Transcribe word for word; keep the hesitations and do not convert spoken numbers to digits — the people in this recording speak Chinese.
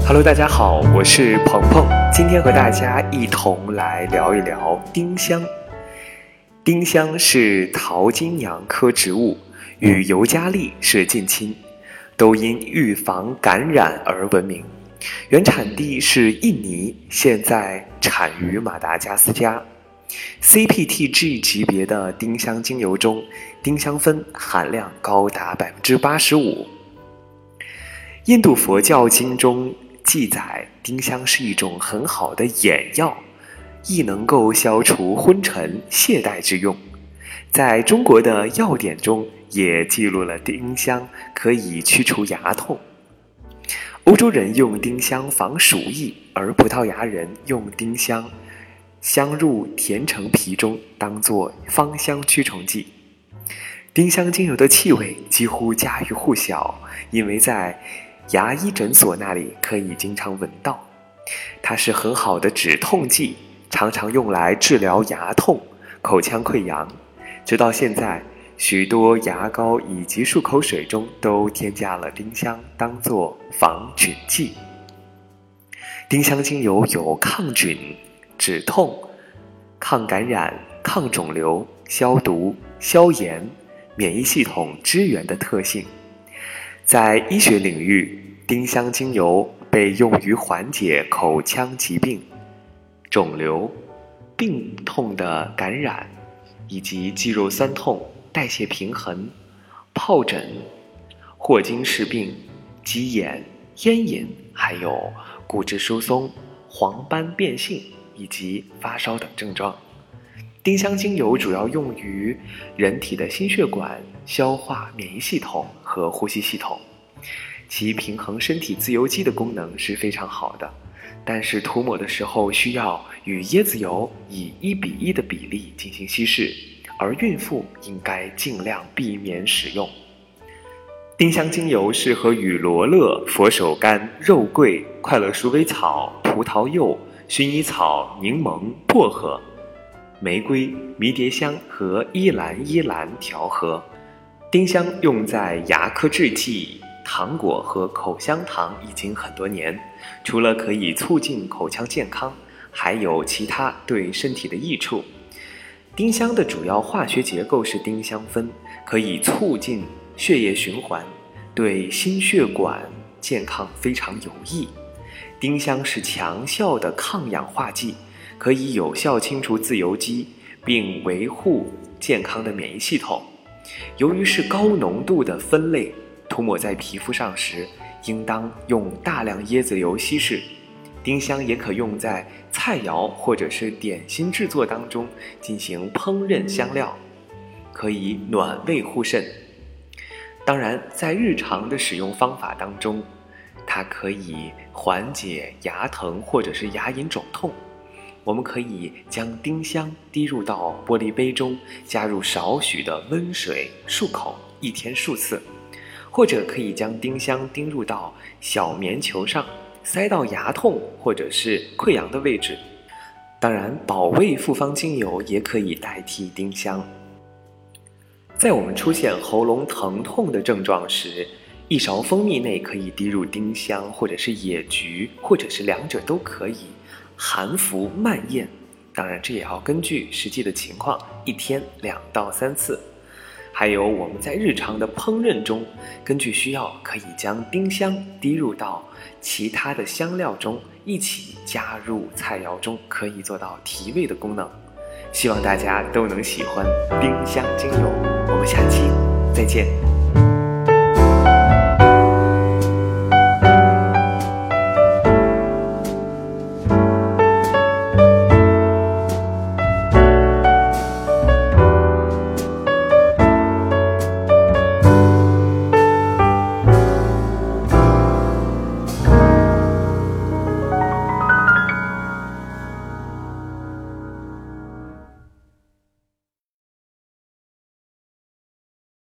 Hello， 大家好，我是鹏鹏，今天和大家一同来聊一聊丁香。丁香是桃金娘科植物，与尤加利是近亲，都因预防感染而闻名。原产地是印尼，现在产于马达加斯加。C P T G 级别的丁香精油中，丁香酚含量高达 百分之八十五。印度佛教经中记载，丁香是一种很好的眼药，亦能够消除昏沉、懈怠之用。在中国的药典中也记录了丁香可以驱除牙痛。欧洲人用丁香防鼠疫，而葡萄牙人用丁香镶入甜橙皮中，当作芳香驱虫剂。丁香精油的气味几乎家喻户晓，因为在牙医诊所那里可以经常闻到。它是很好的止痛剂，常常用来治疗牙痛、口腔溃疡。直到现在，许多牙膏以及漱口水中都添加了丁香，当作防菌剂。丁香精油有抗菌、止痛、抗感染、抗肿瘤、消毒、消炎、免疫系统支援的特性。在医学领域，丁香精油被用于缓解口腔疾病、肿瘤、病痛的感染，以及肌肉酸痛、代谢平衡、疱疹、霍金氏病、鸡眼、咽炎，还有骨质疏松、黄斑变性以及发烧等症状。丁香精油主要用于人体的心血管、消化、免疫系统和呼吸系统，其平衡身体自由基的功能是非常好的，但是涂抹的时候需要与椰子油以一比一的比例进行稀释，而孕妇应该尽量避免使用。丁香精油适合与罗勒、佛手柑、肉桂、快乐鼠尾草、葡萄柚、薰衣草、柠檬、薄荷、玫瑰、迷迭香和依兰依兰调和。丁香用在牙科制剂、糖果和口香糖已经很多年，除了可以促进口腔健康，还有其他对身体的益处。丁香的主要化学结构是丁香酚，可以促进血液循环，对心血管健康非常有益。丁香是强效的抗氧化剂，可以有效清除自由基，并维护健康的免疫系统。由于是高浓度的酚类，涂抹在皮肤上时，应当用大量椰子油稀释。丁香也可用在菜肴或者是点心制作当中进行烹饪香料，可以暖胃护肾。当然，在日常的使用方法当中，它可以缓解牙疼或者是牙龈肿痛。我们可以将丁香滴入到玻璃杯中，加入少许的温水漱口，一天数次。或者可以将丁香滴入到小棉球上，塞到牙痛或者是溃疡的位置。当然，保胃复方精油也可以代替丁香。在我们出现喉咙疼痛的症状时，一勺蜂蜜内可以滴入丁香或者是野菊，或者是两者都可以，含服慢咽。当然，这也要根据实际的情况，一天两到三次。还有我们在日常的烹饪中，根据需要可以将丁香滴入到其他的香料中，一起加入菜肴中，可以做到提味的功能。希望大家都能喜欢丁香精油，我们下期再见。